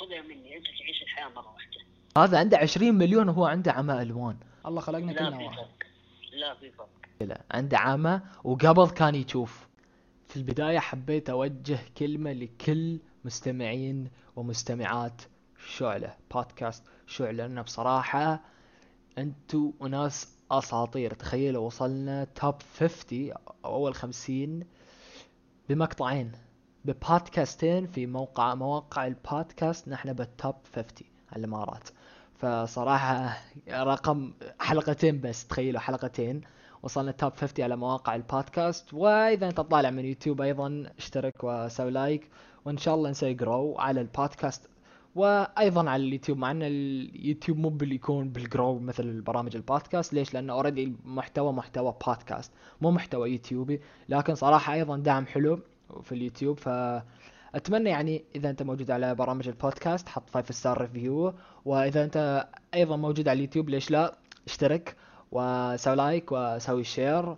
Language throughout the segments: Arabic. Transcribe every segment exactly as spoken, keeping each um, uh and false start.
تاخذها مني، انت تعيش الحياه مره واحده. هذا عنده عشرين مليون وهو عنده عمى الوان. الله خلقنا لا كلنا في واحد. فرق، لا في فرق. لا، عنده عمى وقبل كان يشوف. في البداية حبيت أوجه كلمة لكل مستمعين ومستمعات شعلة بودكاست شعلة، لأن بصراحة أنتوا ناس أساطير. تخيلوا وصلنا توب خمسين أو أول خمسين بمقطعين، ببودكاستين في موقع مواقع البودكاست. نحن بالتوب خمسين على الإمارات. فصراحة رقم حلقتين بس، تخيلوا حلقتين وصلنا توب خمسين على مواقع البودكاست. وإذا أنت طالع من يوتيوب أيضا اشترك وسوي لايك، وإن شاء الله نسوي جرو على البودكاست وأيضا على اليوتيوب. مع أن اليوتيوب مو باللي يكون بالجرو مثل البرامج البودكاست. ليش؟ لأنه أوريدي المحتوى محتوى بودكاست مو محتوى يوتيوبي، لكن صراحة أيضا دعم حلو في اليوتيوب. فأتمنى يعني إذا أنت موجود على برامج البودكاست حط فايف ستار ريفيو، وإذا أنت أيضا موجود على اليوتيوب ليش لا اشترك وسوي لايك وسوي شير.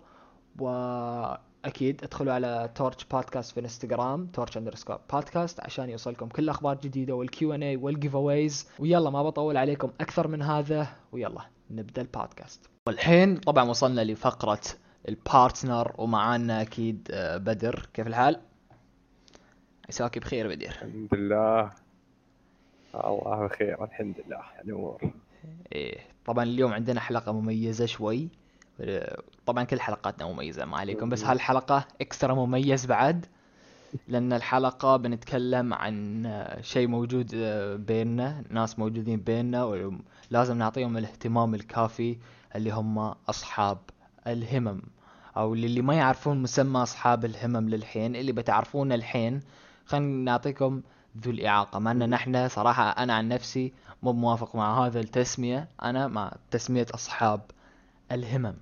وأكيد ادخلوا على تورش بودكاست في انستغرام تورش اندرسكور بودكاست عشان يوصلكم كل أخبار جديدة والكيو ان اي والجيف اويز. ويلا ما بطول عليكم أكثر من هذا، ويلا نبدأ البودكاست. والحين طبعا وصلنا لفقرة البارتنر، ومعانا أكيد بدر. كيف الحال؟ عساك بخير بدر؟ الحمد لله، الله بخير الحمد لله. الأمور إيه طبعا اليوم عندنا حلقة مميزة شوي. طبعا كل حلقاتنا مميزة ما عليكم، بس هالحلقة اكسترا مميز بعد، لأن الحلقة بنتكلم عن شيء موجود بيننا، ناس موجودين بيننا ولازم نعطيهم الاهتمام الكافي، اللي هم أصحاب الهمم، أو اللي ما يعرفون مسمى أصحاب الهمم للحين، اللي بتعرفون الحين. خلينا نعطيكم ذو الإعاقة. مع أن نحن صراحة أنا عن نفسي مو موافق مع هذا التسمية، أنا مع تسمية أصحاب الهمم.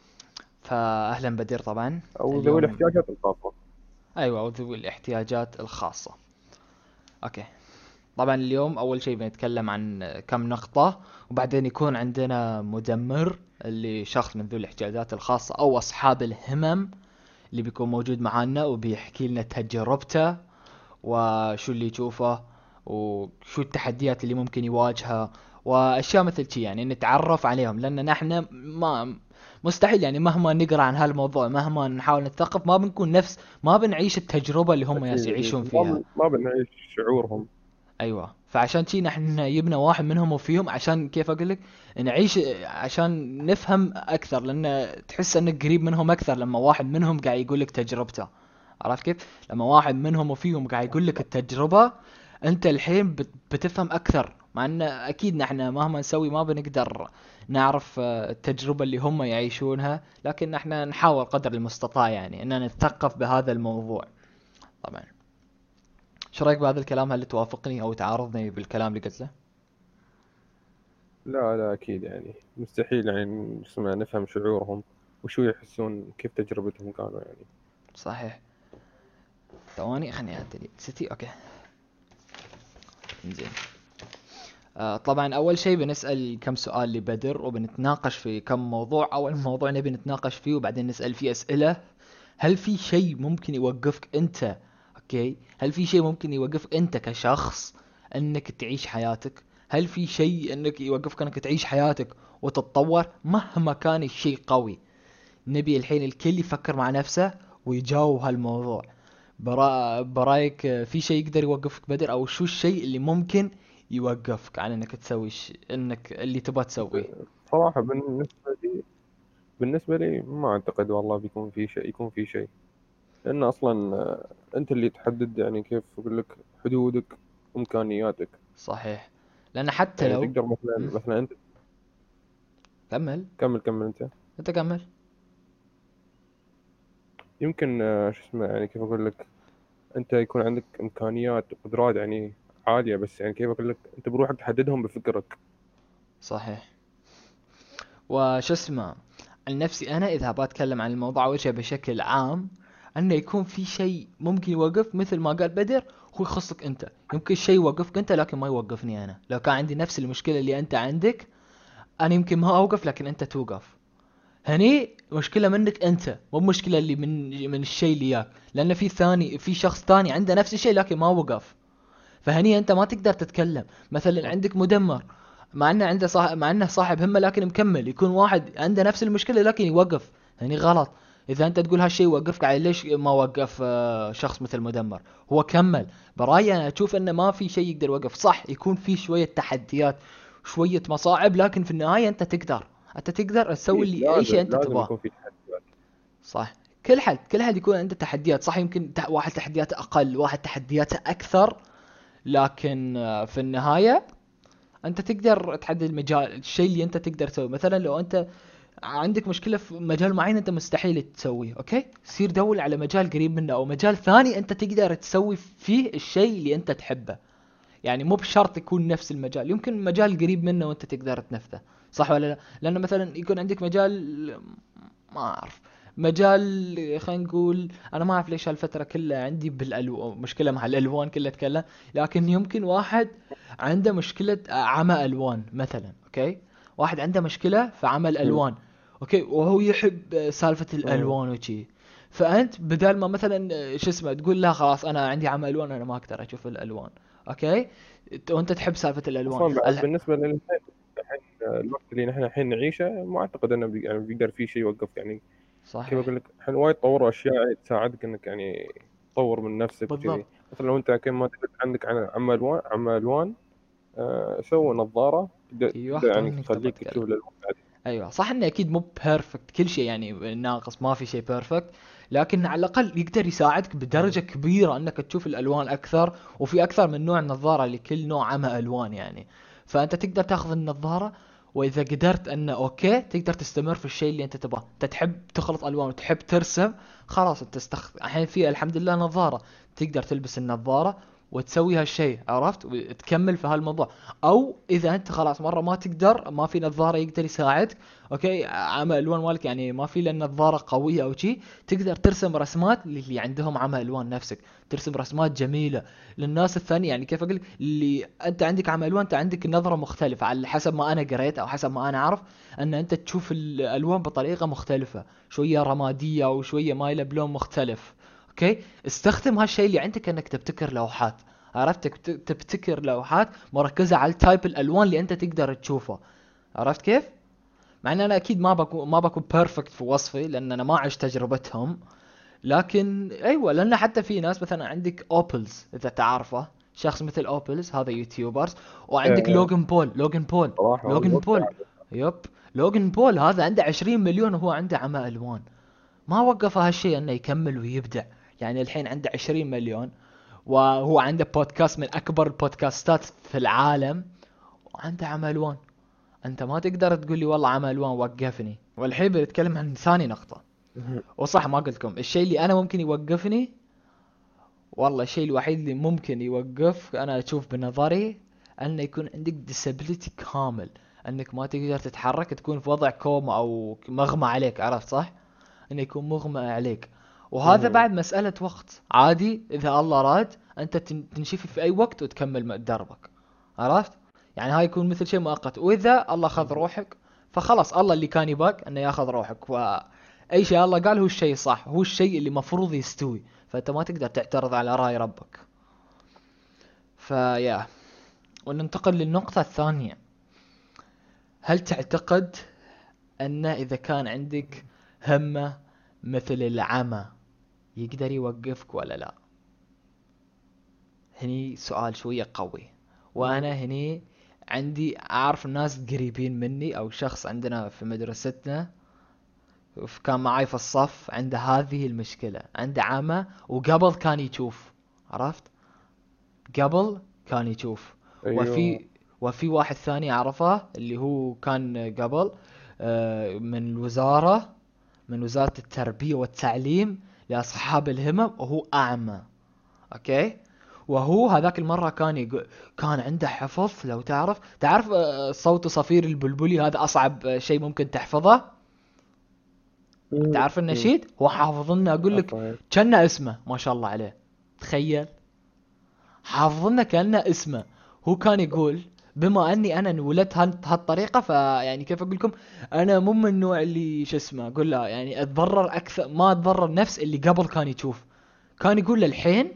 فأهلا بدير. طبعا أو ذوي الاحتياجات الخاصة. أيوة، أو ذوي الاحتياجات الخاصة. أوكي طبعا اليوم أول شيء بنتكلم عن كم نقطة، وبعدين يكون عندنا مدمر اللي شخص من ذوي الاحتياجات الخاصة أو أصحاب الهمم اللي بيكون موجود معنا وبيحكي لنا تجربته وشو اللي يشوفه وشو التحديات اللي ممكن يواجهها وأشياء مثل شي، يعني نتعرف عليهم. لأن نحن ما مستحيل يعني مهما نقرأ عن هالموضوع، مهما نحاول نتثقف، ما بنكون نفس ما بنعيش التجربة اللي هم يعيشون فيها. ما بنعيش شعورهم. ايوه، فعشان شي نحن يبنى واحد منهم وفيهم، عشان كيف اقول لك نعيش، عشان نفهم اكثر، لان تحس انك قريب منهم اكثر لما واحد منهم قاعد يقول لك تجربته. عرفت كيف؟ لما واحد منهم وفيهم قاعد يقول لك التجربة، انت الحين بتفهم اكثر. مع ان اكيد نحن مهما نسوي ما بنقدر نعرف التجربة اللي هم يعيشونها، لكن نحن نحاول قدر المستطاع يعني اننا نتثقف بهذا الموضوع. طبعا شو رايك بهذا الكلام؟ هل توافقني او تعارضني بالكلام اللي قلت له؟ لا لا أكيد، يعني مستحيل يعني نسمع نفهم شعورهم وشو يحسون، كيف تجربتهم كانوا يعني. صحيح. ثواني خليني أعدل ستي. أوكي زين. آه طبعا أول شيء بنسأل كم سؤال لبدر وبنتناقش في كم موضوع. أول موضوع نبي نتناقش فيه وبعدين نسأل فيه أسئلة. هل في شيء ممكن يوقفك أنت؟ أوكي، هل في شيء ممكن يوقفك أنت كشخص أنك تعيش حياتك؟ هل في شيء أنك يوقفك أنك تعيش حياتك وتتطور مهما كان الشيء قوي؟ نبي الحين الكل يفكر مع نفسه ويجاوب هالموضوع. برا... برايك في شيء يقدر يوقفك بدر، او شو الشيء اللي ممكن يوقفك عن انك تسوي ش... انك اللي تبغى تسويه؟ صراحة بالنسبة لي بالنسبة لي ما أعتقد والله بيكون في شيء يكون في شيء لأن أصلا آه، أنت اللي تحدد، يعني كيف أقول لك، حدودك وإمكانياتك. صحيح، لان حتى يعني لو تقدر مثلا م? مثلا أنت كمل. كمل كمل أنت. انت كمل. يمكن آه، شو اسمه، يعني كيف أقول لك، انت يكون عندك امكانيات وقدرات يعني عاليه، بس يعني كيف اقول لك، انت بروحك تحددهم بفكرك. صحيح. وش اسمه، عن نفسي انا اذا بتكلم عن الموضوع اول شيء بشكل عام، انه يكون في شيء ممكن يوقف مثل ما قال بدر هو يخصك انت. يمكن شيء يوقفك انت لكن ما يوقفني انا. لو كان عندي نفس المشكله اللي انت عندك، انا يمكن ما اوقف لكن انت توقف. هني مشكله منك انت، مو مشكله اللي من من الشيء اللي ياك، لان في ثاني في شخص ثاني عنده نفس الشيء لكن ما وقف. فهني انت ما تقدر تتكلم. مثلا عندك مدمر مع انه عنده صاحب مع انه صاحب همه لكن مكمل، يكون واحد عنده نفس المشكله لكن يوقف، هني غلط. اذا انت تقول هالشيء وقفك عليه، ليش ما وقف آه، شخص مثل مدمر؟ هو كمل. برايي انا اشوف انه ما في شيء يقدر يوقف. صح يكون في شويه تحديات، شويه مصاعب، لكن في النهايه انت تقدر انت تقدر تسوي أكيد اللي اي شيء لازم انت لازم تبغاه. يكون في تحديات. صح. كل حد كل حد يكون عنده تحديات. صح يمكن تح- واحد تحدياته اقل، واحد تحدياته اكثر، لكن آه، في النهايه انت تقدر تحدد المجال، الشيء اللي انت تقدر تسويه. مثلا لو انت عندك مشكله في مجال معين انت مستحيل تسويه، اوكي، سير دور على مجال قريب منه او مجال ثاني انت تقدر تسوي فيه الشيء اللي انت تحبه. يعني مو بشرط يكون نفس المجال، يمكن مجال قريب منه وانت تقدر تنفذه. صح ولا لا؟ لانه مثلا يكون عندك مجال، ما اعرف، مجال خلينا نقول، انا ما اعرف ليش هالفتره كلها عندي بالالوان مشكله مع الالوان كلها اتكلم، لكن يمكن واحد عنده مشكله عمى الوان مثلا، اوكي، واحد عنده مشكله في عمى مم. الالوان، اوكي، وهو يحب سالفه مم. الالوان وشي. فانت بدل ما مثلا شو اسمه تقول لا خلاص انا عندي عمى الوان انا ما اقدر اشوف الالوان، اوكي، وانت تحب سالفه الالوان اصلا بعد ال... بالنسبه للحين، الحين الوقت اللي نحن الحين نعيشه ما اعتقد انه بي يعني بيقدر في شيء يوقف يعني. كيف صحيح. اقول لك، الحين وايد طوروا اشياء تساعدك انك يعني تطور من نفسك بالضبط. وكذي. مثلا لو انت كم ما تقول عندك عن- عمى الوان عمى الوان آه سووا نظاره تقدر ايوه تقدر اختار يعني النقطه تخليك بتكلم. تشوف الالوان عادي. ايوه صح انه اكيد مو بيرفكت كل شيء يعني ناقص، ما في شيء بيرفكت، لكن على الاقل يقدر يساعدك بدرجه مم. كبيره انك تشوف الالوان اكثر، وفي اكثر من نوع نظاره لكل نوع عمى الوان يعني. فانت تقدر تاخذ النظاره، واذا قدرت انه اوكي تقدر تستمر في الشيء اللي انت تبغاه. انت تحب تخلط الوان وتحب ترسم، خلاص انت استخدم الحين في الحمد لله نظاره، تقدر تلبس النظاره وتسوي هالشيء، عرفت، وتكمل في هالموضوع. او اذا انت خلاص مره ما تقدر، ما في نظاره يقدر يساعدك، اوكي، عمى الوان مالك يعني ما في لنا نظاره قويه او شيء، تقدر ترسم رسمات للي عندهم عمى الوان نفسك، ترسم رسمات جميله للناس الثانيه. يعني كيف اقول لك، اللي انت عندك عمى الوان انت عندك نظره مختلفه على حسب ما انا قريت او حسب ما انا اعرف، ان انت تشوف الالوان بطريقه مختلفه، شويه رماديه او شويه مايله بلون مختلف، اوكي. استخدم هالشيء اللي عندك انك تبتكر لوحات، عرفت، تبت- تبتكر لوحات مركزه على التايب الالوان اللي انت تقدر تشوفه، عرفت كيف؟ مع ان انا اكيد ما بكون ما بكون بيرفكت في وصفي لان انا ما عشت تجربتهم، لكن ايوه، لان حتى في ناس مثلا عندك اوبلز اذا تعرفه، شخص مثل اوبلز هذا يوتيوبرز، وعندك آه، لوجن بول لوجن بول صراحه هو لوجن مبدع. بول يب، لوجن بول هذا عنده عشرين مليون وهو عنده عمى الوان، ما وقف هالشيء انه يكمل ويبدع. يعني الحين عنده عشرين مليون، وهو عنده بودكاست من اكبر البودكاستات في العالم، وعنده عمى الوان. انت ما تقدر تقول لي والله عمى الوان وقفني. والحين بنتكلم عن ثاني نقطة، وصح ما قلت لكم الشيء اللي انا ممكن يوقفني. والله الشيء الوحيد اللي ممكن يوقف انا اشوف بنظري انه يكون عندك disability كامل، انك ما تقدر تتحرك، تكون في وضع كوما او مغمى عليك، عرفت صح؟ انه يكون مغمى عليك، وهذا مم. بعد مسألة وقت، عادي اذا الله راد انت تن- تنشفي في اي وقت وتكمل دربك، عرفت؟ يعني هاي يكون مثل شيء مؤقت، واذا الله خذ روحك فخلاص الله اللي كان يباك انه ياخذ روحك، واي شيء الله قال هو الشيء صح، هو الشيء اللي مفروض يستوي، فانت ما تقدر تعترض على رأي ربك. فيا، وننتقل للنقطة الثانية، هل تعتقد ان اذا كان عندك همة مثل العمى يقدر يوقفك ولا لا؟ هني سؤال شوية قوي، مم. وانا هني عندي اعرف ناس قريبين مني او شخص عندنا في مدرستنا كان معاي في الصف عنده هذه المشكلة، عنده عمى وقبل كان يشوف، عرفت، قبل كان يشوف. ايوه. وفي وفي واحد ثاني اعرفه اللي هو كان قبل آه، من الوزارة، من وزارة التربية والتعليم لأصحاب الهمم، وهو أعمى، اوكي. وهو هذاك المرة كان يقول كان عنده حفظ، لو تعرف تعرف آه، صوت صفير البلبلي هذا أصعب آه، شيء ممكن تحفظه، مم. تعرف مم. النشيد هو حافظ لنا، أقول لك عارفه. كأنه اسمه ما شاء الله عليه، تخيل، حافظ لنا كأنه اسمه. هو كان يقول بما اني انا انولدت هال- بهالطريقه، فيعني كيف اقول لكم، انا مو من النوع اللي شو اسمه اقول لا يعني اتضرر اكثر ما اتضرر نفس اللي قبل كان يشوف. كان يقول للحين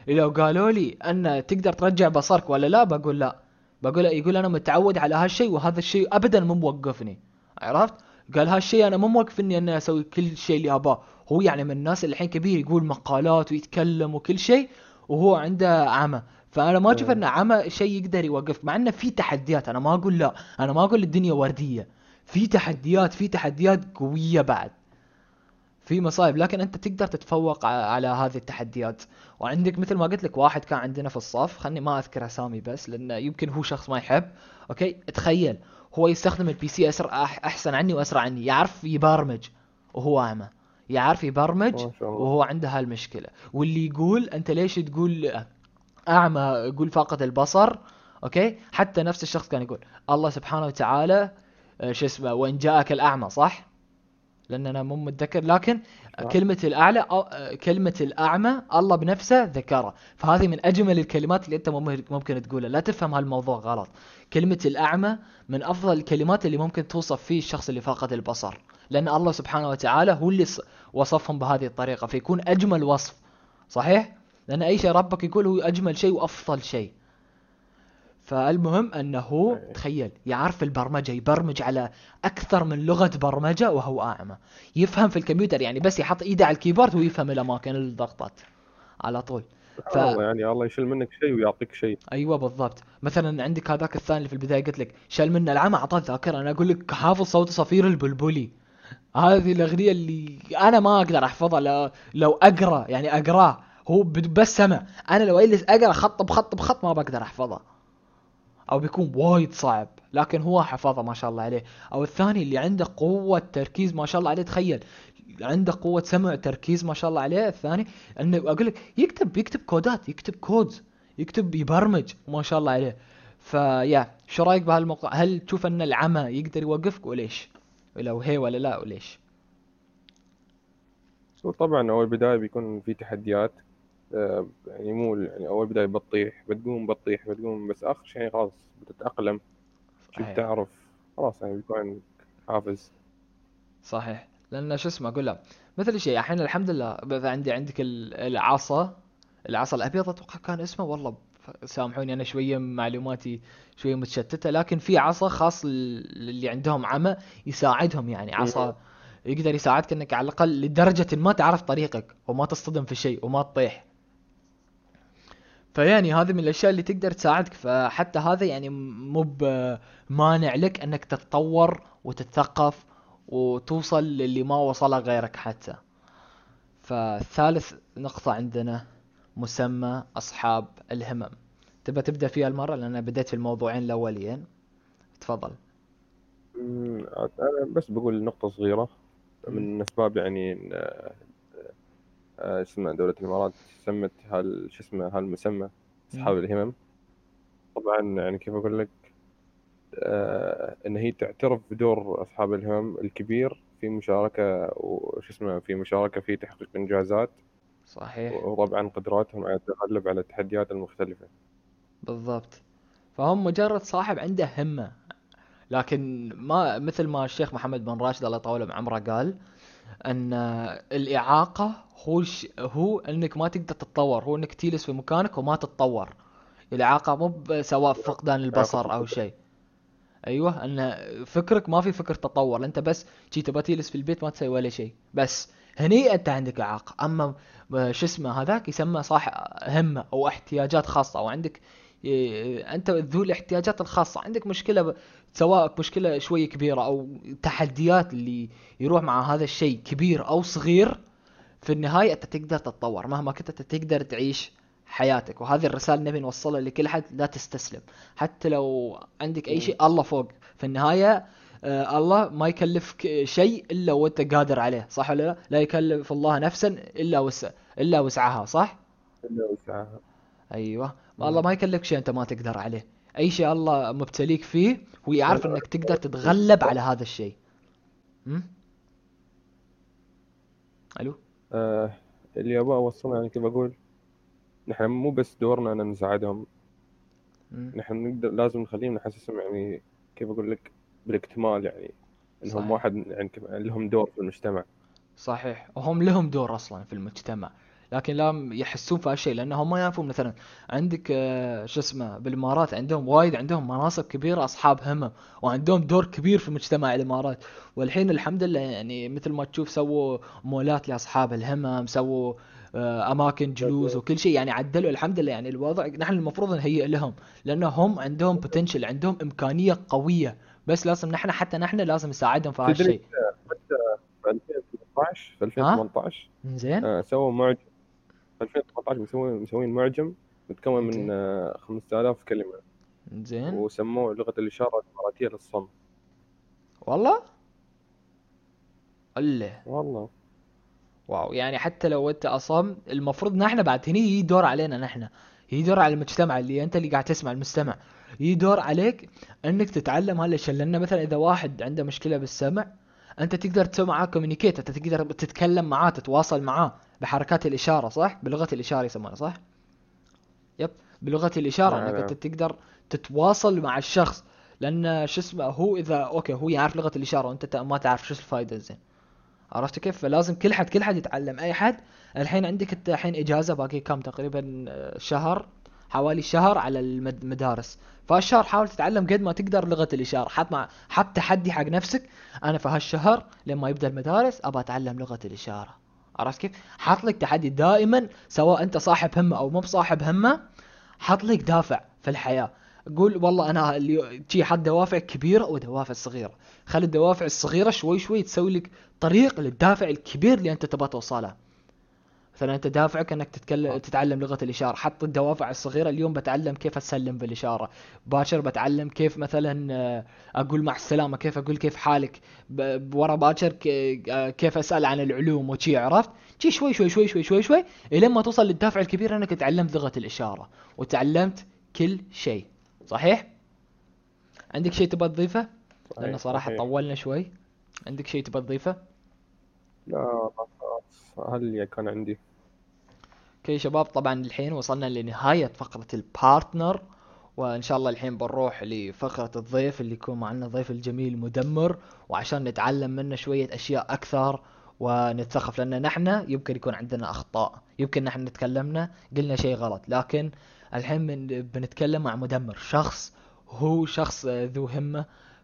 لو قالوا لي ان تقدر ترجع بصرك ولا لا، بقول لا. بقول يقول انا متعود على هالشيء وهذا الشيء ابدا مو موقفني. عرفت؟ قال هالشيء انا مو موقفني اني اسوي كل شيء اللي اباه. هو يعني من الناس اللي الحين كبير يقول مقالات ويتكلم وكل شيء وهو عنده عمى. فانا ما اشوف آه، ان عمى شيء يقدر يوقفك، مع انه في تحديات. انا ما اقول لا، انا ما اقول الدنيا ورديه، في تحديات، في تحديات قويه بعد، في مصايب، لكن انت تقدر تتفوق ع- على هذه التحديات. وعندك مثل ما قلت لك واحد كان عندنا في الصف، خلني ما اذكر اسامي بس لانه يمكن هو شخص ما يحب. اوكي، تخيل هو يستخدم البي سي اسرع، أح- احسن عني واسرع عني، يعرف يبرمج وهو اعمى، يعرف يبرمج ما شاء الله. وهو عنده هالمشكلة. واللي يقول انت ليش تقول اعمى، يقول فاقد البصر. اوكي، حتى نفس الشخص كان يقول الله سبحانه وتعالى آه، شو اسمه، وان جاءك الاعمى، صح؟ لان انا مو متذكر، لكن صح. كلمة الاعلى أو- كلمة الاعمى الله بنفسه ذكرها. فهذه من اجمل الكلمات اللي انت مم- ممكن تقولها. لا تفهم هالموضوع غلط. كلمة الاعمى من افضل الكلمات اللي ممكن توصف فيه الشخص اللي فاقد البصر، لان الله سبحانه وتعالى هو اللي ص- وصفهم بهذه الطريقة، فيكون اجمل وصف. صحيح؟ لان اي شيء ربك يقول هو اجمل شيء وافضل شيء. فالمهم انه أي. تخيل يعرف البرمجة، يبرمج على اكثر من لغة برمجة وهو اعمى. يفهم في الكمبيوتر، يعني بس يحط ايده على الكيبورد ويفهم الاماكن الضغطات على طول. ف سبحان الله، يعني الله يشيل منك شيء ويعطيك شيء. ايوه بالضبط. مثلا عندك هذاك الثاني اللي في البداية قلت لك شال منا العمى اعطاه الذاكرة، انا اقول لك حافظ صوت صفير البلبلي. هذه الاغنية اللي انا ما اقدر احفظها، لو, لو اقرا يعني اقراه، هو بد- بس سمع. انا لو اجلس اقرا خط بخط بخط ما بقدر احفظها، او بيكون وايد صعب، لكن هو حفظه ما شاء الله عليه. او الثاني اللي عنده قوة تركيز ما شاء الله عليه، تخيل عنده قوة سمع وتركيز ما شاء الله عليه. الثاني انه اقول لك يكتب يكتب كودات، يكتب كودز، يكتب يبرمج ما شاء الله عليه. فيا شو رايك بهالموضوع؟ هل تشوف ان العمى يقدر يوقفك وليش؟ لو هي ولا لا وليش؟ وطبعا أول بداية بيكون في تحديات. آه، يعني مو يعني أول بداية بتطيح بتقوم بتطيح بتقوم، بس آخر شيء خلاص بتتأقلم. شو صحيح. بتعرف، خلاص يعني بيكون عندك حافز. صحيح، لان شو اسمه اقول لك مثل شيء الحين الحمد لله ب- عندي عندك ال- العصا، العصا الابيض اتوقع كان اسمه والله. ف- سامحوني انا شويه معلوماتي شويه متشتته، لكن في عصا خاص لل- للي عندهم عمى، يساعدهم يعني مم. عصا يقدر يساعدك انك على الاقل لدرجه ما تعرف طريقك وما تصطدم في شيء وما تطيح. فيعني هذه من الاشياء اللي تقدر تساعدك. فحتى هذا يعني مو بمانع لك انك تتطور وتتثقف وتوصل للي ما وصله غيرك حتى. فثالث نقطة عندنا مسمى أصحاب الهمم. تبى تبدأ فيها المرة لأن أنا بديت في الموضوعين الأولين. تفضل. مم، أنا بس بقول نقطة صغيرة. مم. من أسباب يعني إن آه، اسمها دولة الإمارات سمت هال شو اسمه هالمسمى مم. أصحاب الهمم. طبعا يعني كيف أقول لك، آه، إن هي تعترف بدور أصحاب الهمم الكبير في مشاركة وش اسمه في مشاركة في تحقيق إنجازات، صحيح. وطبعا قدراتهم على التغلب على التحديات المختلفة. بالضبط. فهم مجرد صاحب عنده همة، لكن ما مثل ما الشيخ محمد بن راشد الله يطول بعمره قال ان الإعاقة هو ش... هو انك ما تقدر تتطور، هو انك تجلس في مكانك وما تتطور. الإعاقة مو ب- سواء فقدان إعاقة البصر او الفكر. شيء. ايوه، ان فكرك ما في فكر تطور، انت بس شي تبى تجلس في البيت ما تسوي ولا شيء بس. هني انت عندك اعاقه. اما ب- شو اسمه هذاك يسمى صاحب همه او احتياجات خاصه، او عندك إيه، انت ذو الاحتياجات الخاصه عندك مشكله ب- سواء مشكله شويه كبيره او تحديات اللي يروح مع هذا الشيء كبير او صغير، في النهاية أنت تقدر تتطور مهما كنت، أنت تقدر تعيش حياتك. وهذه الرسالة نبي نوصلها لكل حد، لا تستسلم. حتى لو عندك أي مم. شيء الله فوق في النهاية. آه الله ما يكلفك شيء إلا وأنت قادر عليه، صح ولا لا؟ لا يكلف الله نفسا إلا وسع إلا وسعها، صح؟ إلا وسعها. أيوه. الله مم. ما يكلفك شيء أنت ما تقدر عليه. أي شيء الله مبتليك فيه هو أنا يعرف أنك تقدر تتغلب على هذا الشيء. م? ألو. آه، اللي أبغى أوصله يعني كيف أقول، نحن مو بس دورنا أن نساعدهم، م? نحن نقدر لازم نخليهم نحسسهم يعني كيف أقول لك بالاكتمال، يعني إنهم صحيح. واحد يعني كيف- لهم دور في المجتمع. صحيح، وهم لهم دور اصلا في المجتمع، لكن لا يحسون في هالشيء، لانهم ما يعرفون. مثلا عندك آه، شو اسمه بالامارات عندهم وايد، عندهم مناصب كبيره اصحاب همم، وعندهم دور كبير في مجتمع الامارات. والحين الحمد لله يعني مثل ما تشوف سووا مولات لاصحاب الهمم، سووا آه، اماكن جلوس وكل شيء، يعني عدلوا الحمد لله. يعني الوضع نحن المفروض نهيئ لهم، لانهم عندهم بوتنشل، عندهم امكانيه قويه، بس لازم نحن حتى نحن لازم نساعدهم في تدري هالشيء. حتى في ألفين وثمانية عشر في ها ألفين وثمانية عشر زين. آه، سووا معجم. في ألفين وثمانية عشر مسوين مسوين معجم متكون من زين. آه، خمسة آلاف كلمة، زين. وسموه لغة الإشارة الإماراتية للصم. والله. الله. والله. واو، يعني حتى لو انت اصم المفروض نحن بعد هني يجي دور علينا نحن، يجي دور على المجتمع اللي انت اللي قاعد تسمع المستمع، يجي دور عليك انك تتعلم هالاشياء. لان مثلا اذا واحد عنده مشكلة بالسمع، انت تقدر تسوي معاه كوميونيكيت، انت تقدر تتكلم معاه، تتواصل معاه بحركات الاشارة، صح؟ بلغة الاشارة يسمونها، صح؟ يب. بلغة الاشارة نعم انك انت نعم. تقدر تتواصل مع الشخص. لان شو اسمه هو اذا اوكي هو يعرف لغة الاشارة وانت ما تعرف، شو الفائدة؟ زين. عرفت كيف؟ فلازم كل حد كل حد يتعلم، اي حد. الحين عندك انت الحين اجازه باقي كم تقريبا آه، شهر، حوالي شهر على المدارس. فالشهر حاول تتعلم قد ما تقدر لغه الاشاره، حط مع حط تحدي حق نفسك. انا في هالشهر لما يبدا المدارس ابى اتعلم لغه الاشاره. عرفت كيف؟ حط لك تحدي دائما، سواء انت صاحب همه او مو بصاحب همه. حط لك دافع في الحياه. قول والله انا اللي شي حط دوافع كبيره ودوافع صغيره. خلي الدوافع الصغيره شوي شوي تسوي لك طريق للدافع الكبير اللي انت تبغى توصله. مثلا انت دافعك انك تتكلم تتعلم لغه الاشاره، حط الدوافع الصغيره. اليوم بتعلم كيف اسلم بالاشاره، باكر بتعلم كيف مثلا آه، اقول مع السلامه، كيف اقول كيف حالك، ب- ورا باكر ك- آه، كيف اسال عن العلوم وشي. عرفت؟ شي شوي شوي شوي شوي شوي شوي الين ما توصل للدافع الكبير انك تعلمت لغه الاشاره وتعلمت كل شيء. صحيح؟ عندك شيء تبغى تضيفه؟ لان صحيح صراحه صحيح. طولنا شوي. عندك شيء تبغى تضيفه؟ لا لا، خلاص هذا اللي كان عندي. اوكي شباب، طبعا الحين وصلنا لنهاية فقرة البارتنر، وان شاء الله الحين بنروح لفقرة الضيف اللي يكون معنا الضيف الجميل مدمر، وعشان نتعلم منه شوية اشياء اكثر ونتثقف. لان نحن يمكن يكون عندنا اخطاء، يمكن نحن نتكلمنا قلنا شيء غلط، لكن الحين من بنتكلم مع مدمر، شخص هو شخص ذو همة.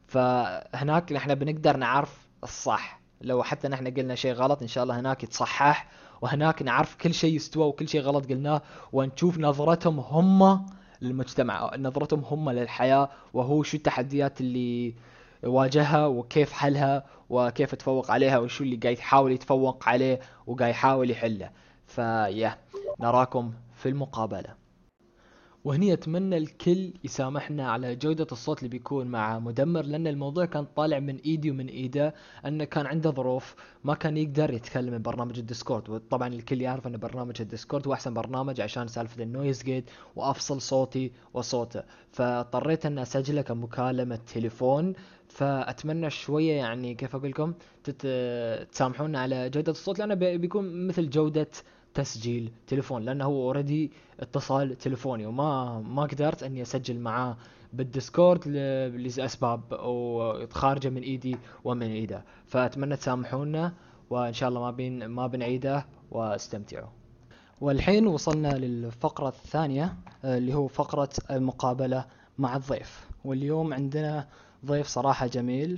فهناك نحن بنقدر نعرف الصح، لو حتى نحن قلنا شيء غلط ان شاء الله هناك يتصحح، وهناك نعرف كل شيء يستوى وكل شيء غلط قلناه، ونشوف نظرتهم هم للمجتمع، نظرتهم هم للحياة، وهو شو التحديات اللي واجهها وكيف حلها وكيف تفوق عليها، وشو اللي قاعد يحاول يتفوق عليه وقاعد يحاول يحله. فيا نراكم في المقابلة. وهني أتمنى الكل يسامحنا على جودة الصوت اللي بيكون مع مدمر، لأن الموضوع كان طالع من إيدي ومن إيده، أنه كان عنده ظروف ما كان يقدر يتكلم ببرنامج الديسكورد. وطبعا الكل يعرف أن برنامج الديسكورد هو أحسن برنامج عشان سالفة النويز جيت وأفصل صوتي وصوته. فاضطريت أن أسجله كمكالمة تليفون. فأتمنى شوية يعني كيف أقول لكم تت... تسامحونا على جودة الصوت، لأنه بي- بيكون مثل جودة تسجيل تليفون، لأنه هو اوريدي اتصال تليفوني، وما ما قدرت اني اسجل معاه بالديسكورد ل- لاسباب وخارجه من ايدي ومن ايده. فاتمنى تسامحونا، وان شاء الله ما بين ما بنعيده، واستمتعوا. والحين وصلنا للفقرة الثانية آه، اللي هو فقرة المقابلة مع الضيف. واليوم عندنا ضيف صراحة جميل،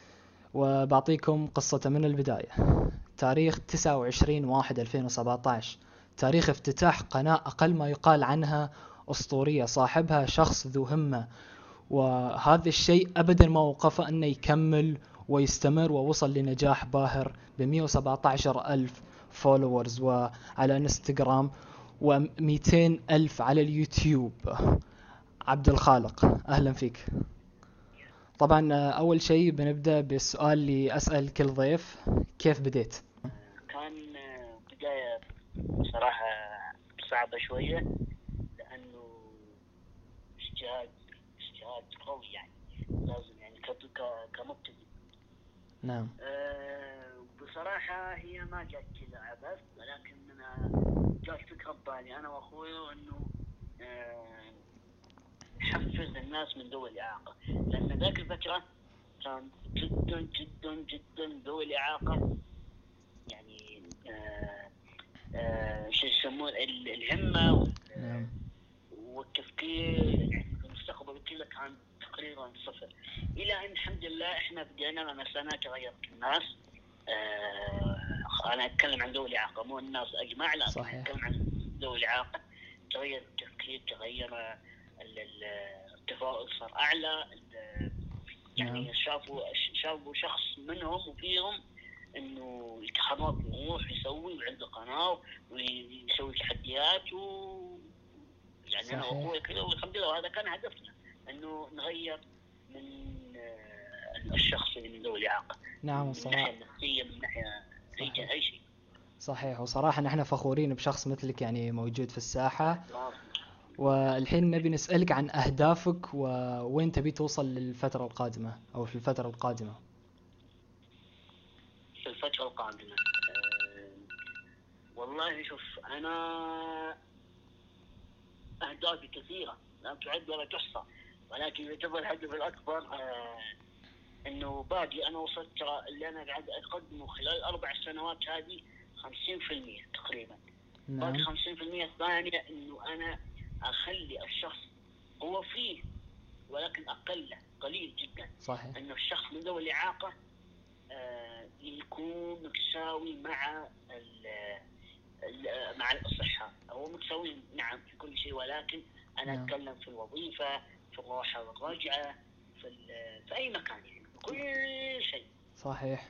وبعطيكم قصته من البداية. تاريخ تسعة وعشرين واحد ألفين وسبعة عشر، تاريخ افتتاح قناة أقل ما يقال عنها أسطورية، صاحبها شخص ذو همة، وهذا الشيء أبدا ما وقفه أنه يكمل ويستمر، ووصل لنجاح باهر ب مئة وسبعة عشر ألف فولورز وعلى انستغرام، و200 ألف على اليوتيوب. عبد الخالق، أهلا فيك. طبعا أول شيء بنبدأ بالسؤال اللي أسأل كل ضيف: كيف بديت؟ كان آه، بداية صراحة صعبة شوية، لأنه اجتهاد اجتهاد قوي يعني، لازم يعني ك- ك- كمبتدئ. نعم. آه، بصراحة هي ما جات كذا عبث، ولكن أنا جات فكرة ببالي أنا وأخوي إنه آه، نحفز الناس من ذوي الإعاقة، لأن ذاك الفترة كان جدا جدا جدا ذوي الإعاقة يعني آه، آه، شو يسمون ال- الهمة وال- نعم والتفكير يعني في المستقبل كله كان تقريبا صفر، إلى أن الحمد لله إحنا بدينا مثلا تغيرت الناس. آه، أنا أتكلم عن ذوي الإعاقة مو الناس أجمع، لا صحيح. أتكلم عن ذوي الإعاقة. تغير التفكير، تغير ال- ال- التفاؤل صار أعلى. ال- يعني نعم. شافوا شافوا شخص منهم وفيهم انه يتحرك ويروح يسوي وعنده قناه ويسوي تحديات و يعني انا صحيح. واخوي كذا، والحمد لله. وهذا كان هدفنا، انه نغير من آه، الشخص اللي من ذوي الاعاقه، نعم من صراحة. ناحيه نفسيه، من ناحيه صحيح. اي اي شيء. صحيح. وصراحة نحن فخورين بشخص مثلك يعني موجود في الساحة. والحين نبي نسألك عن أهدافك ووين تبي توصل للفترة القادمة أو في الفترة القادمة. في الفتره القادمه أه والله شوف، انا اهدافي كثيره لا تعد ولا تحصى، ولكن يعتبر الهدف الاكبر أه انه باقي انا وصلت ترى اللي انا قاعد اقدمه خلال الاربع سنوات هذه خمسين بالمئة تقريبا. باقي نعم خمسين بالمئة الثانيه انه انا اخلي الشخص هو فيه ولكن اقل قليل جدا، صحيح. انه الشخص من ذوي الاعاقه آه، يكون متساوي مع ال- ال- مع الاصحاء. هو متساوي نعم في كل شيء، ولكن انا نعم. اتكلم في الوظيفه، في الروحه والرجعه، في ال- في اي مكان، يعني في كل شيء. صحيح.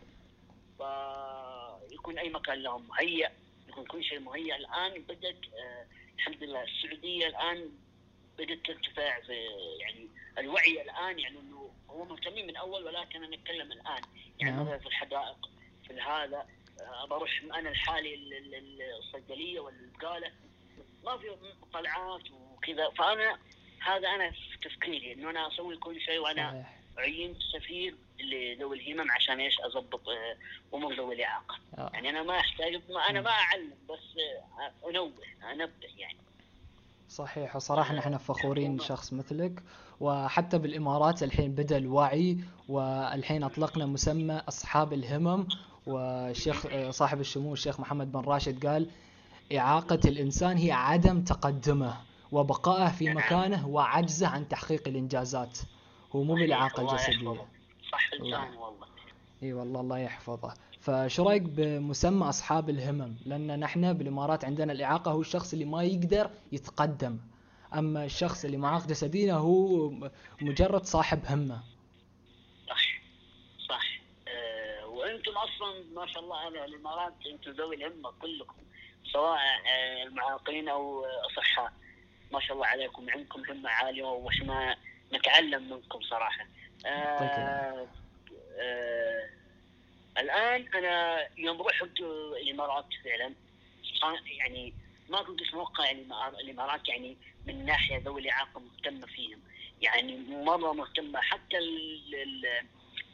فيكون اي مكان لهم مهيأ، يكون كل شيء مهيأ. الان بدات آه، الحمد لله السعوديه الان بدات ترتفع في يعني الوعي الان، يعني انه هو مهتمين من اول، ولكن انا اتكلم الان يعني نعم. مثلا في الحدائق، في هذا آه، بروح انا الحالي ال- ال- ال- الصيدليه والبقاله ما في طلعات وكذا. فانا هذا انا في تفكيري انه انا اسوي كل شيء، وانا صحيح. عينت سفير لذوي الهمم عشان ايش اضبط آه، امور ذوي الاعاقه. آه. يعني انا ما احتاج، ما انا ما اعلم، بس آه، انوه انبه يعني. صحيح. وصراحة آه، نحن فخورين الحكومة بشخص مثلك. وحتى بالإمارات الحين بدأ الوعي، والحين أطلقنا مسمى أصحاب الهمم. والشيخ آه، صاحب الشمو الشيخ محمد بن راشد قال إعاقة الإنسان هي عدم تقدمه وبقائه في نعم. مكانه وعجزه عن تحقيق الإنجازات. هو مو صحيح. بالإعاقة الله الجسدية. يحفظه. صح الله. لساني والله. اي والله الله يحفظه. فشو رايك بمسمى اصحاب الهمم؟ لان نحن بالامارات عندنا الاعاقه هو الشخص اللي ما يقدر يتقدم، اما الشخص اللي معاق جسديا هو مجرد صاحب همه. صح صح. أه وانتم اصلا ما شاء الله على الامارات، انتم ذوي الهمه كلكم، سواء آه، المعاقين او اصحاء، ما شاء الله عليكم، عندكم همه عاليه واحنا نتعلم منكم صراحه. يعطيك العافية. أه أه الان انا يوم رحت الامارات فعلا يعني ما كنت اتوقع يعني الامارات يعني من ناحيه ذوي الاعاقه مهتمه فيهم، يعني مره مهتمه. حتى ال- ال-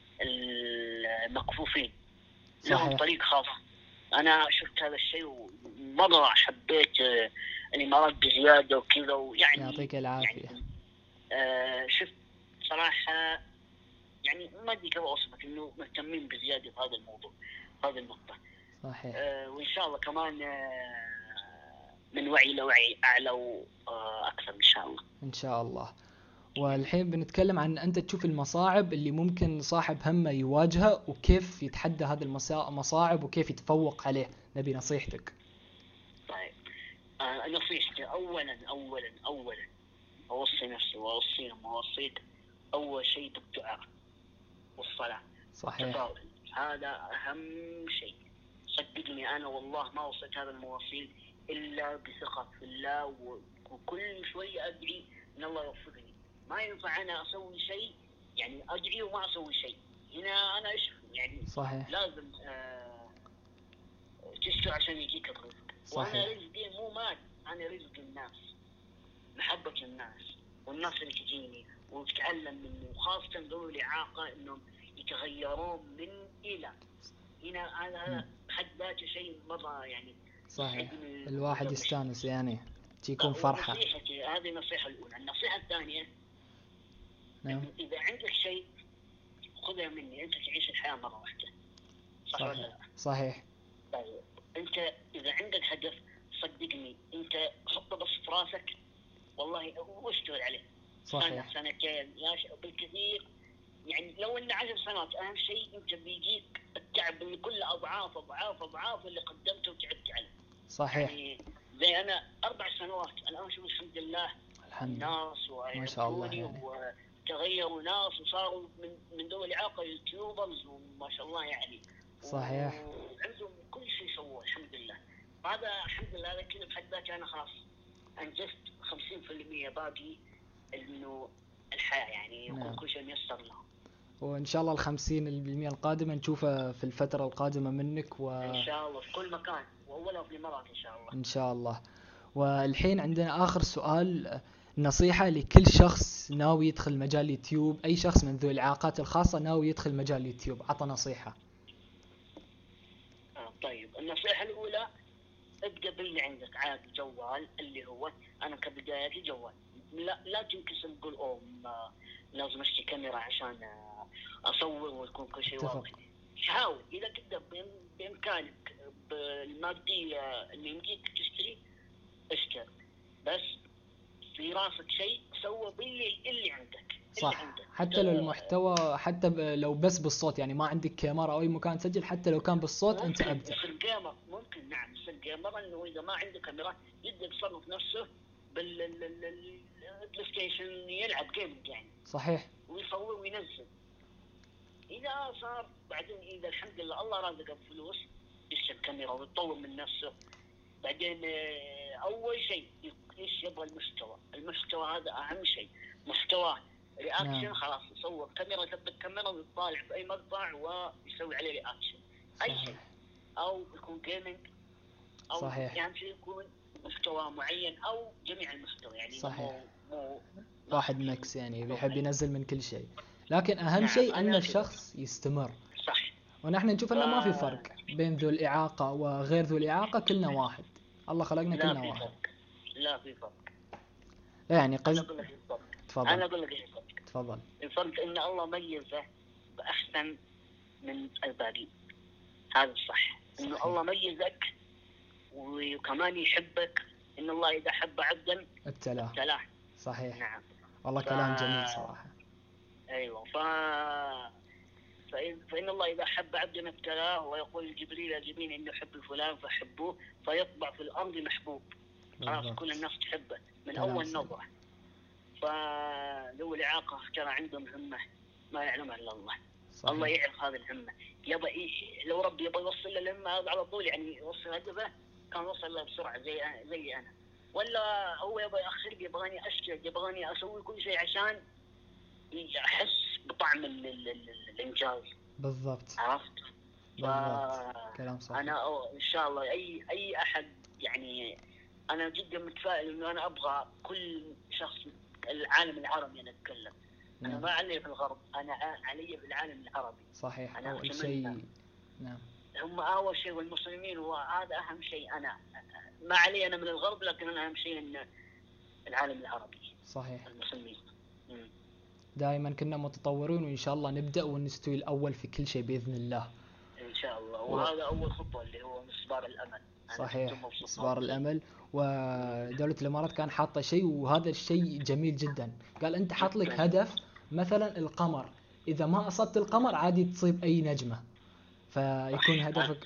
المكفوفين لهم صحيح. طريق خاص. انا شفت هذا الشيء ومره حبيت آه، الامارات بزياده وكذا، ويعني يعطيك العافيه. يعني آه شفت صراحه يعني ما ادري كيف اوصفك، انه مهتمين بزياده في هذا الموضوع، هذه النقطه. صحيح. آه وان شاء الله كمان آه من وعي لوعي اعلى واكثر ان شاء الله. ان شاء الله. والحين بنتكلم عن انت تشوف المصاعب اللي ممكن صاحب همه يواجهها وكيف يتحدى هذه المصاعب وكيف يتفوق عليه. نبي نصيحتك. طيب آه نصيحتي اولا اولا اولا اوصي نفسي واوصيهم واوصيك، اول شيء بالدعاء والصلاه. صحيح. التفاؤل هذا اهم شيء. صدقني انا والله ما وصلت هذا المواصيل الا بثقه في الله، وكل شوي ادعي ان الله يوفقني. ما ينفع انا اسوي شيء يعني ادعي وما اسوي شيء، هنا انا ايش يعني. صحيح. لازم آه تشكر عشان يجيك الرزق. صحيح. وانا رزقي مو مال، انا رزق الناس، محبه الناس والناس اللي تجيني وتتعلم مني، وخاصه ذوي الاعاقه انهم يتغيرون من الى. هنا هذا بحد ذاته شيء مره يعني صحيح. يسعدني الواحد ويطمش. يستانس يعني تكون فرحة. نصيحتي هذه النصيحة الأولى. النصيحة الثانية، نعم. إذا عندك شيء خذها مني، أنت تعيش الحياة مرة واحدة، صح ولا لا؟ صحيح. طيب انت اذا عندك هدف صدقني انت حطه بس في راسك والله واشتغل عليه. صحيح. سنة سنتين يا ش... بالكثير يعني لو ان عشر سنوات اهم شيء انت بيجيك التعب اللي كله اضعاف اضعاف اضعاف اللي قدمته وتعبت عليه. صحيح. يعني زي انا اربع سنوات الان شوف الحمد لله الحمد لله الناس ما شاء الله ويعرفوني يعني. وتغيروا ناس وصاروا من من ذوي الاعاقه يوتيوبرز وما شاء الله يعني. صحيح. وعندهم كل شيء سووه الحمد لله. هذا الحمد لله هذا كذا بحد ذاته انا خلاص انجزت خمسين بالمئة باقي انه الحياه يعني يكون نعم. كل شيء ميسر له. وإن شاء الله الخمسين بالمئة القادمة نشوفه في الفترة القادمة منك و... ان شاء الله في كل مكان واولها في الامارات ان شاء الله. إن شاء الله. والحين عندنا آخر سؤال، نصيحة لكل شخص ناوي يدخل مجال اليوتيوب، أي شخص من ذوي الإعاقات الخاصة ناوي يدخل مجال اليوتيوب، عطى نصيحة. آه طيب النصيحة الأولى ابدأ باللي عندك عادي جوال اللي هو أنا كبداية جوال. لا لا تنكسر تقول أوه ما- لازم أشتري كاميرا عشان آه، أصور ويكون كل شيء اتفق. واضح. حاول إذا تقدر بإم- بإمكانك بالمادية اللي يمديك تشتري اشتري، بس في راسك شيء سوى باللي اللي عندك. اللي صح. عندك. حتى لو المحتوى حتى ب... لو بس بالصوت، يعني ما عندك كاميرا أو أي مكان تسجل، حتى لو كان بالصوت أنت ممكن أبدع. يصير جيمر. ممكن نعم يصير جيمر انه اذا ما عنده كاميرا يقدر يصرف نفسه بالبلاي ستيشن يلعب جيمنج يعني صحيح. ويصور وينزل. اذا صار بعدين اذا الحمد لله الله رازقه بفلوس يشتري كاميرا ويطور من نفسه. بعدين آه، اول شيء ايش يبغى المستوى. المستوى هذا اهم شيء. محتوى رياكشن نعم. خلاص يصور كاميرا يثبت كاميرا ويطالع في اي مقطع ويسوي عليه رياكشن. اي شيء صحيح. او يكون جيمنج او صحيح. يعني شيء يكون محتوى معين او جميع المحتوى يعني صحيح. مو مو واحد ميكس يعني بيحب ينزل من كل شيء، لكن أهم نعم، شيء أنا أن كذا. الشخص يستمر. صح. ونحن نشوف أنه ما في ف- فرق بين ذو الإعاقة وغير ذو الإعاقة، كلنا واحد، الله خلقنا لا كلنا في واحد. فرق. لا في فرق. لا يعني انا قصد. اقول لك الفرق. تفضل. انا اقول لك الفرق. تفضل. الفرق ان الله ميزه باحسن من الباقي. هذا الصح. انه صحيح. الله ميزك وكمان يحبك. ان الله اذا حب عبدا ابتلاه. ابتلاه. صحيح. نعم. والله ف- كلام جميل صراحة. ايوه ف فإن, فإن الله إذا حب عبدا ابتلاه ويقول جبريل يا جبريل إني أحب فلان فحبوه فيطبع في الأرض محبوب. خلاص بالضبط. كل الناس تحبه من كلام أول سليم. نظرة. فذوي الإعاقة ترى عندهم همة ما يعلمها إلا الله. صحيح. الله يعرف هذه الهمة. يبغى إيه لو ربي يبغى يوصل له الهمة هذا على طول يعني يوصل هدفه كان وصل له بسرعة زي أنا زي أنا. ولا هو يبغى يأخر يبغاني أشتغل يبغاني أسوي كل شيء عشان أحس بطعم ال- ال- ال- الإنجاز. بالضبط. عرفت؟ بالضبط. كلام صحيح. أنا أو- إن شاء الله أي أي أحد يعني أنا جدا متفائل إنه أنا أبغى كل شخص العالم العربي أنا أتكلم. أنا نعم. ما علي في الغرب أنا علي في العالم العربي. صحيح. أنا أول أتمنى- شيء. نعم. هم أول شيء والمسلمين وهذا أهم شيء. أنا ما علي أنا من الغرب لكن أنا أهم شيء إن العالم العربي صحيح. المسلمين. مم. دائما كنا متطورين، وإن شاء الله نبدأ ونستوي الأول في كل شيء بإذن الله. إن شاء الله. وهذا أول خطوة اللي هو مسبار الأمل. أنا صحيح. جداً مبسوط. إصرار الأمل. ودولة الإمارات كان حاطة شيء، وهذا الشيء جميل جدا. قال أنت حاط لك جداً. هدف مثلا القمر، إذا ما أصبت القمر عادي تصيب أي نجمة، فيكون هدفك.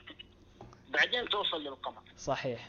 بعدين توصل للقمر. صحيح.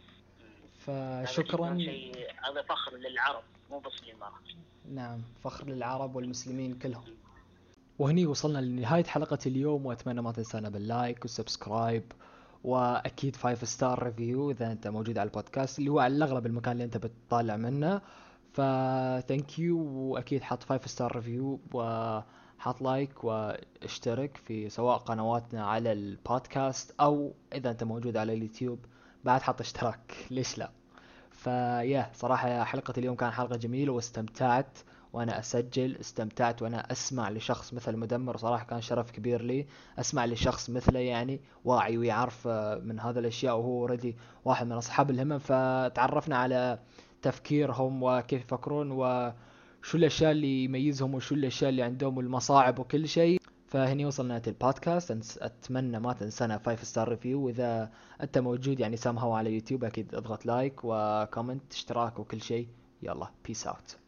هذا فشكرا. جداً شيء هذا فخر للعرب مو بس للإمارات. نعم، فخر للعرب والمسلمين كلهم. وهني وصلنا لنهاية حلقة اليوم، وأتمنى ما تنسانا باللايك والسبسكرايب، وأكيد فايف ستار ريفيو إذا أنت موجود على البودكاست اللي هو على الأغلب المكان اللي أنت بتطالع منه. فثانك يو، وأكيد حط فايف ستار ريفيو وحط لايك واشترك في سواء قنواتنا على البودكاست أو إذا أنت موجود على اليوتيوب بعد حط اشتراك، ليش لا. فيا صراحة حلقة اليوم كان حلقة جميلة واستمتعت وأنا أسجل، استمتعت وأنا أسمع لشخص مثل مدمر. صراحة كان شرف كبير لي أسمع لشخص مثله يعني واعي ويعرف من هذا الأشياء، وهو ردي واحد من أصحاب الهمم. فتعرفنا على تفكيرهم وكيف يفكرون وشو الأشياء اللي يميزهم وشو الأشياء اللي عندهم والمصاعب وكل شيء. فهني وصلنا البودكاست. أنس- اتمنى ما تنسانا فايف ستار ريفيو، واذا انت موجود يعني سامهو على يوتيوب اكيد اضغط لايك وكومنت اشتراك وكل شيء. يلا بيس اوت.